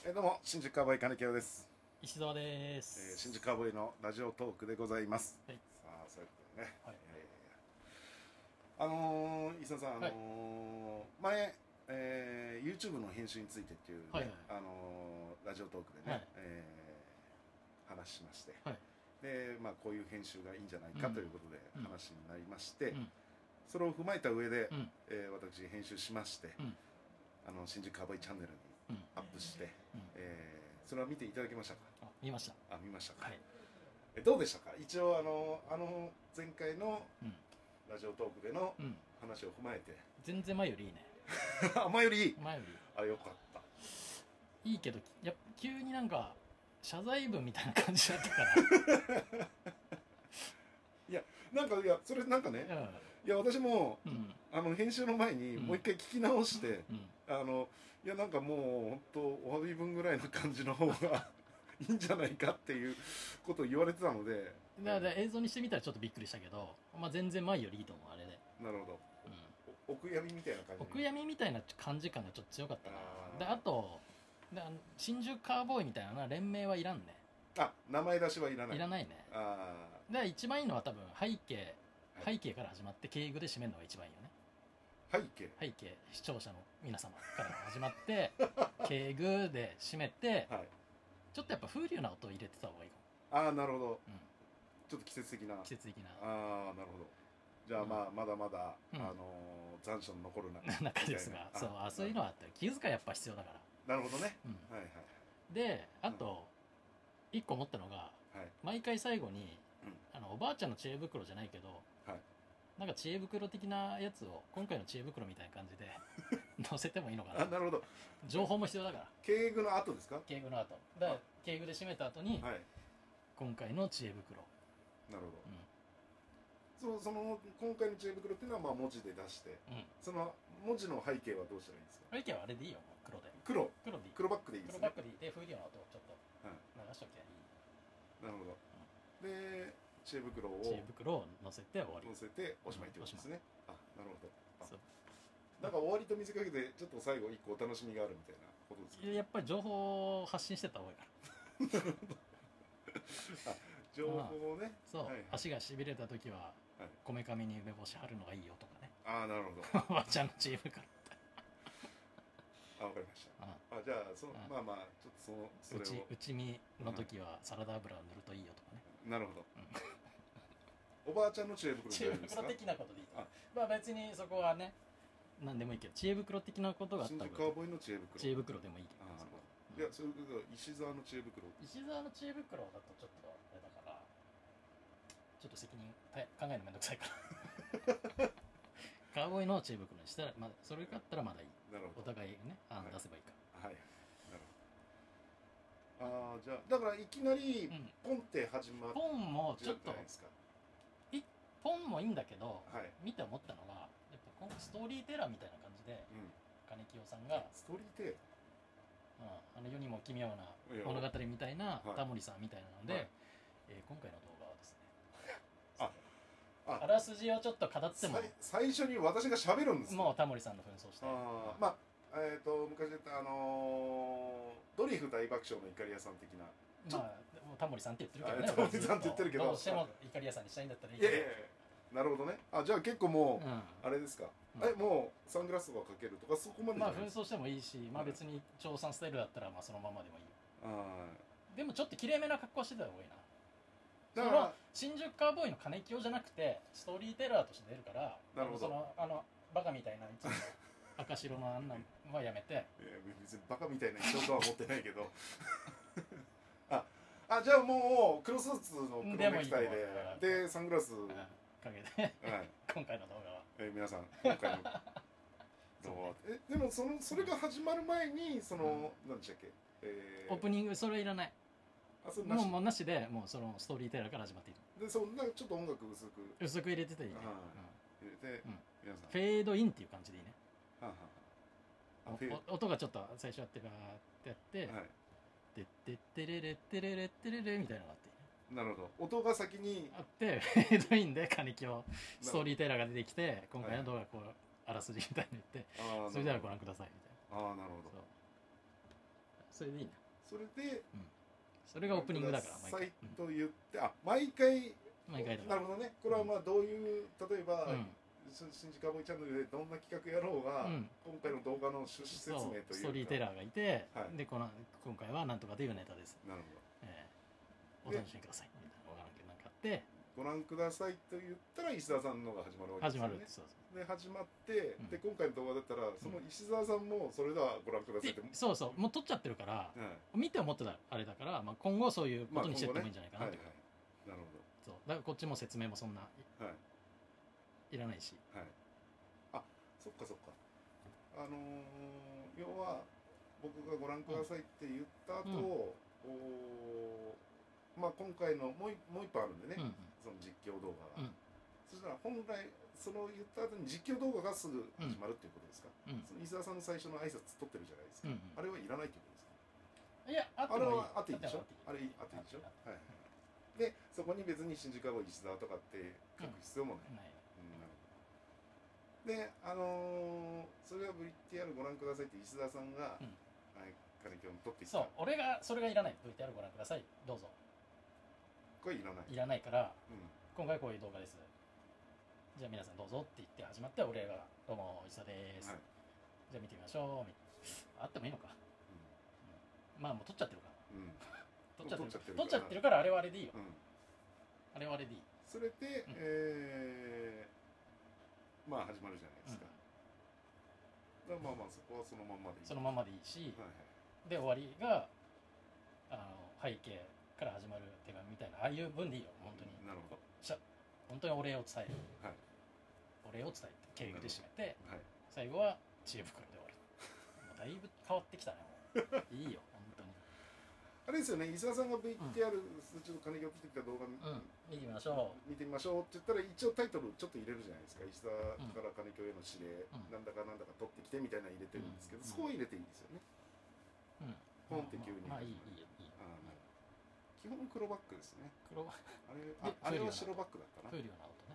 どうも新宿カウボーイ金城です、 石澤です。 新宿カウボーイのラジオトークでございます。 はい。 さあそういうことでね、 はい。 伊佐さん、 はい。 前、YouTube の編集についてっていうね、 はいはい。 ラジオトークでね、 はい。 話しまして、 はい。 で、まあ、こういう編集がいいんじゃないかということで話になりまして、 うん。 それを踏まえた上で、 うん。 私編集しまして、 うん。 新宿カウボーイチャンネルにうん。 アップして、 うん。 それは見ていただけましたか？ あ、見ました。 見ましたか？ はい。 どうでしたか？一応前回のうん。 ラジオトークでのうん。 話を踏まえて全然前よりいいね。 前よりいい。 前よよかった。 りいいけど、急になんか謝罪文みたいな感じだったから。 いやそれなんかね、いや私も編集の前にもう一回聞き直して、いやなんかもう本当お詫び文ぐらいの感じの方がいいんじゃないかっていうことを言われてたので、 だから映像にしてみたらちょっとびっくりしたけど、まあ全然前よりいいと思う、あれで。 なるほど。お悔やみみたいな感じ。 お悔やみみたいな感じ感がちょっと強かったな。で、あと、新宿カーボーイみたいな連名はいらんね。 名前出しはいらない。 いらないね。で一番いいのは多分背景から始まって敬具で締めるのが一番いいよね。背景、視聴者の皆様から始まって敬具で締めて、はい、ちょっとやっぱ風流な音を入れてた方がいいかも。なるほど、ちょっと季節的な。 なるほど。じゃあまだまだ、残暑の残る中ですが、そういうのはあったら気遣いやっぱ必要だから。 なるほどね。 であと一個思ったのが、毎回最後におばあちゃんの知恵袋じゃないけど、なんか知恵袋的なやつを今回の知恵袋みたいな感じで載せてもいいのかな。 なるほど。 情報も必要だから。 敬具の後ですか？ 敬具の後だから、敬具で締めた後に、今回の知恵袋。 なるほど。その今回の知恵袋っていうのは文字で出して、その文字の背景はどうしたらいいんですか？ 背景はあれでいいよ、黒で。黒バックでいいですね。 黒バックでいいで、風量の音をちょっと流しときゃいい。 なるほど。で知恵袋を載せて終わり。 載せておしまいってことですね。なるほど。 そうなんか終わりと見せかけてちょっと最後一個お楽しみがあるみたいなことですか？ やっぱり情報を発信してた方がいいから。なるほど。 情報をね。 そう、足がしびれた時はこめかみに梅干し貼るのがいいよとかね。 なるほど。 おばちゃんの知恵袋って。 わかりました。じゃあちょっとそれを内身の時はサラダ油を塗るといいよとかね。 なるほど。おばあちゃんの知恵袋的なことでいい。まあ別にそこはね何でもいいけど、知恵袋的なことがあったら新宿カウボーイの知恵袋でもいいけど。いやそういうことは石沢の知恵袋だとちょっとあれだから、ちょっと責任考えるのめんどくさいからカウボーイの知恵袋にしたら、それがあったらまだいい。お互いね出せばいいか。 なるほど。じゃあだからいきなりポンって始まる。 ポンもちょっとポンもいいんだけど、見て思ったのがやっぱストーリーテラーみたいな感じで、金清さんがストーリーテラー世にも奇妙な物語みたいなタモリさんみたいなので、今回の動画はですね、あらすじをちょっと語っても最初に私が喋るんですか？ もうタモリさんの扮装して、 昔言ったドリフ大爆笑のイカリアさん的な、 タモリさんって言ってるけどね。 タモリさんって言ってるけど、 どうしてもイカリアさんにしたいんだったらいいけど。 なるほどね。じゃあ結構もうあれですか、もうサングラスとかかけるとかそこまで。 扮装してもいいし、別に長さんスタイルだったらそのままでもいいよ。でもちょっときれいめな格好してた方がいいな。だから新宿カウボーイの金清じゃなくてストーリーテラーとして出るから、そのバカみたいないつも赤白のあんなんはやめて。 別にバカみたいな人とは思ってないけどじゃあもう黒スーツの黒ネクタイでサングラスかけて今回の動画は皆さん今回の動画でもそれが始まる前に何でしたっけ、 オープニングそれいらない。もうなしで、もうそのストーリーテラーから始まっている。 でなんかちょっと音楽薄く入れてていいね。 入れて皆さんフェードインっていう感じでいいね。 は音がちょっと最初やってバーってやってでってってれれってれれってれれみたいなのがあっていいね。 なるほど。音が先にあってフェードインで金清ストーリーテラーが出てきて、今回の動画こうあらすじみたいに言って、それではご覧くださいみたいな。 なるほど。 それでいいね。 それで、 それがオープニングだから毎回と言って、毎回だからなるほどね。これはまあどういう例えば、新宿カウボーイチャンネルでどんな企画やろうが、今回の動画の趣旨説明というかストーリーテラーがいて、で今回はなんとかというネタです。 なるほど。お楽しみくださいみたいなのがなんかあって、 ご覧くださいと言ったら石澤さんのが始まるわけですよね。で始まって、で今回の動画だったらその石澤さんもそれではご覧くださいって、 そうそう、もう撮っちゃってるから、見て思ってたあれだから、今後そういうことにしていってもいいんじゃないかなと。 なるほど。そうだからこっちも説明もそんな、いらないし。 あ、そっかそっか。要は僕がご覧くださいって言った後、まあ今回のもう一本あるんでね、その実況動画が、そしたら本来その言った後に実況動画がすぐ始まるっていうことですか。その伊沢さんの最初の挨拶撮ってるじゃないですか。あれはいらないってことですか。 いや、あれはあっていいでしょ。あれあっていいでしょ。はい。でそこに別に新宿カウボーイ石沢とかって書く必要もない。でそれは VTR ご覧くださいって石澤さんが金京に撮ってきた。 そう、俺がそれがいらない。 VTR ご覧くださいどうぞ、 これいらない。 いらないから、今回こういう動画です、じゃあ皆さんどうぞって言って始まって、俺がどうも石田です、じゃあ見てみましょう、あってもいいのか、まあもう撮っちゃってるから、撮っちゃってるからあれはあれでいいよ、あれはあれでいい。 それでまあ始まるじゃないですか。まあまあそこはそのままでいい。 そのままでいいし、で終わりが背景から始まる手紙みたいな、ああいう文でいいよ本当に。 なるほど。 本当にお礼を伝える。お礼を伝えて敬語で締めて、最後は知恵袋で終わる。だいぶ変わってきたね。いいよ本当に。 あれですよね、伊沢さんが VTR ちょっと金が送ってきた動画見てみましょうって言ったら、一応タイトルちょっと入れるじゃないですか。石沢から金京への指令、なんだかなんだか取ってきてみたいなの入れてるんですけど、そこを入れていいんですよね。ポンって急に。まあいいよいいよ。基本黒バックですね。あれは白バックだったな。 風流な音ね。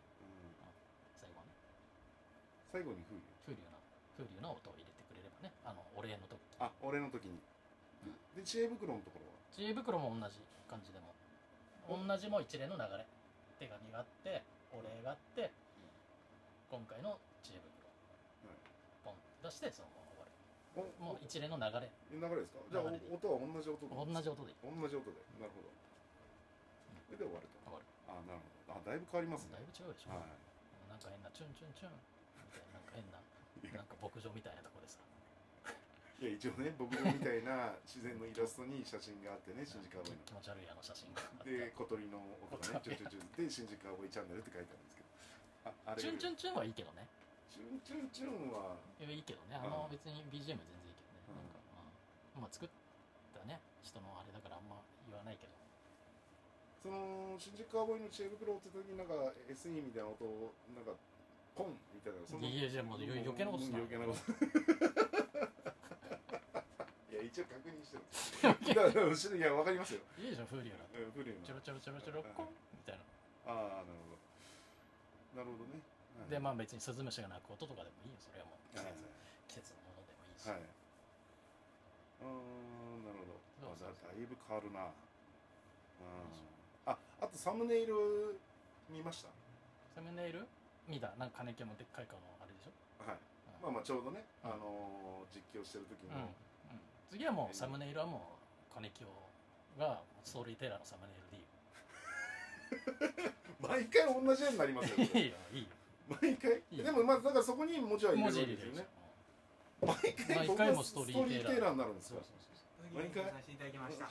最後に風流な音を入れてくれればね、お礼の時。 お礼の時に。で知恵袋のところは知恵袋も同じ感じでも同じも一連の流れ、手紙があってお礼があって、今回の知恵袋ポン出してそのまま終わる。もう一連の流れですか。じゃあ音は同じ音で同じ音でなるほど。それで終わると。なるほど。だいぶ変わりますね。 だいぶ違うでしょ。なんか変なチュンチュンチュンみたいな、なんか変ななんか牧場みたいなとこでさ、 いや一応ね、牧場みたいな自然のイラストに写真があってね、新宿カウボーイの気持ち悪い写真がで小鳥の音がね、チュンチュンチュンで新宿カウボーイチャンネルって書いてあるんですけど、あれチュンチュンチュンはいいけどね。 チュンチュンチュンはいいけどね、別に BGM 全然いいけどね。なんかまあ作ったね人のあれだからあんま言わないけど、 その新宿カウボーイの知恵袋って時になんか SE みたいな音をなんかポンみたいな、そのいやじゃあもう余計なことすな。 余計なこといや一応確認してるんですだから後ろ、いや分かりますよ。 いいじゃん風流な風流なチョロチョロチョロチョロコンみたいな。 なるほどね。 でまあ別にスズムシが鳴く音とかでもいいよ、それはもう季節のものでもいいし。 なるほど。だいぶ変わるな。あとサムネイル見ました。 サムネイル見た。なんか金木のでっかい顔のあれでしょ。 はい。まあちょうどね、実況してる時の次はもうサムネイルはもう金木がストーリーテラーのサムネイルでいいよ。 毎回同じようになりますよね。 いいよいいよ毎回。でもまあだからそこに文字は入れるわけですよね。毎回もストーリーテラーになるんですか。毎回させていただきました。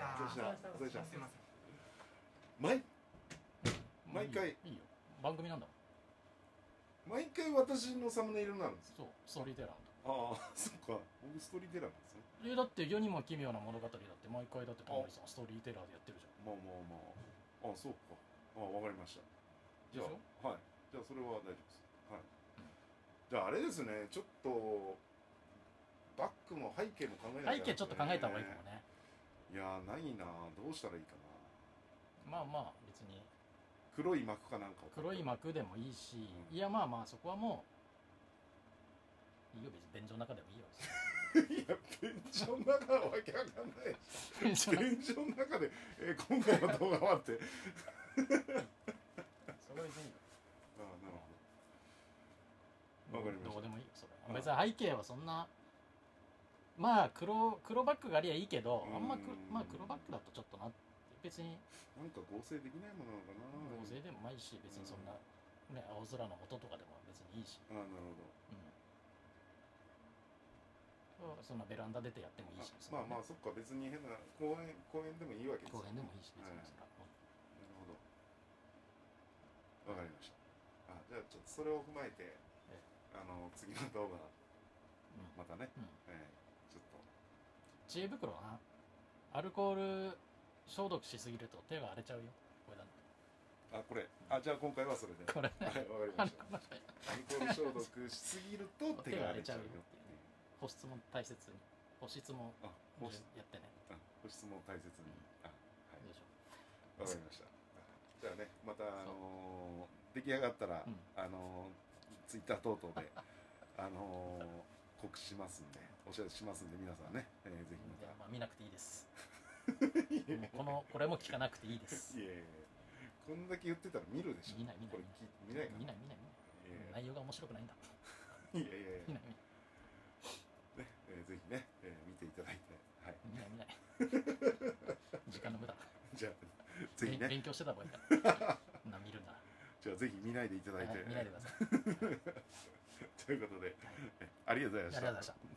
毎回いいよ、番組なんだもん。毎回私のサムネイルになるんです。 そう、ストーリーテラー。 そっか、僕ストーリーテラーなんですね。 だって世にも奇妙な物語だって毎回だってタモリさんストーリーテラーでやってるじゃん。 まあそうか。わかりました。じゃあはい。じゃあそれは大丈夫です。はい。じゃああれですね、ちょっとバックも背景も考えないと。 背景ちょっと考えた方がいいかもね。 いやないな、どうしたらいいかな。まあ別に黒い幕かなんか。 黒い幕でもいいし、いやまあそこはもういいよ、別に便所の中でもいいよ。 いや便所の中はわけわかんない便所の中で、今回の動画はってそれは別にいいよ。 ああ、なるほど、わかりました。 どうでもいいよそれ。別に背景はそんな、まあ黒バックがありゃいいけど、あんままあ黒バックだとちょっとなって、別になんか合成できないものなのかな。 合成でもないし、別にそんな、ね、青空の音とかでも別にいいし、 ああ、なるほそんなベランダ出てやってもいいし、 ど。まあまあそっか、別に変な公園でもいいわけですよ。 公園でもいいし、別にそら、 なるほど、わかりました。あ、じゃあちょっとそれを踏まえて、次の動画またね、ちょっと知恵袋な、アルコール消毒しすぎると手が荒れちゃうよ。これだね。 あ、これ、じゃあ今回はそれで、 これね、 はい、わかりました。アルコール消毒しすぎると手が荒れちゃうよっていうね。 保湿も大切に、保湿もやってね。 保湿も大切に。はい。 よいしょ。 わかりました。じゃあね、また出来上がったらツイッター等々で告知しますんで、お知らせしますんで、皆さんね、ぜひまた。 まあ見なくていいです。もうこれも聞かなくていいです。 いやいや、こんだけ言ってたら見るでしょ。 見ないこれ見ないかな。 見ない。内容が面白くないんだ。 いやいやいや。 見ない。 ね、ぜひね、見ていただいて、はい。 見ない。時間の無駄。 じゃあぜひね。 勉強してた方がいいから。見るなら。 じゃあぜひ見ないでいただいて。 見ないでください。 ということで、ありがとうございました。 ありがとうございました。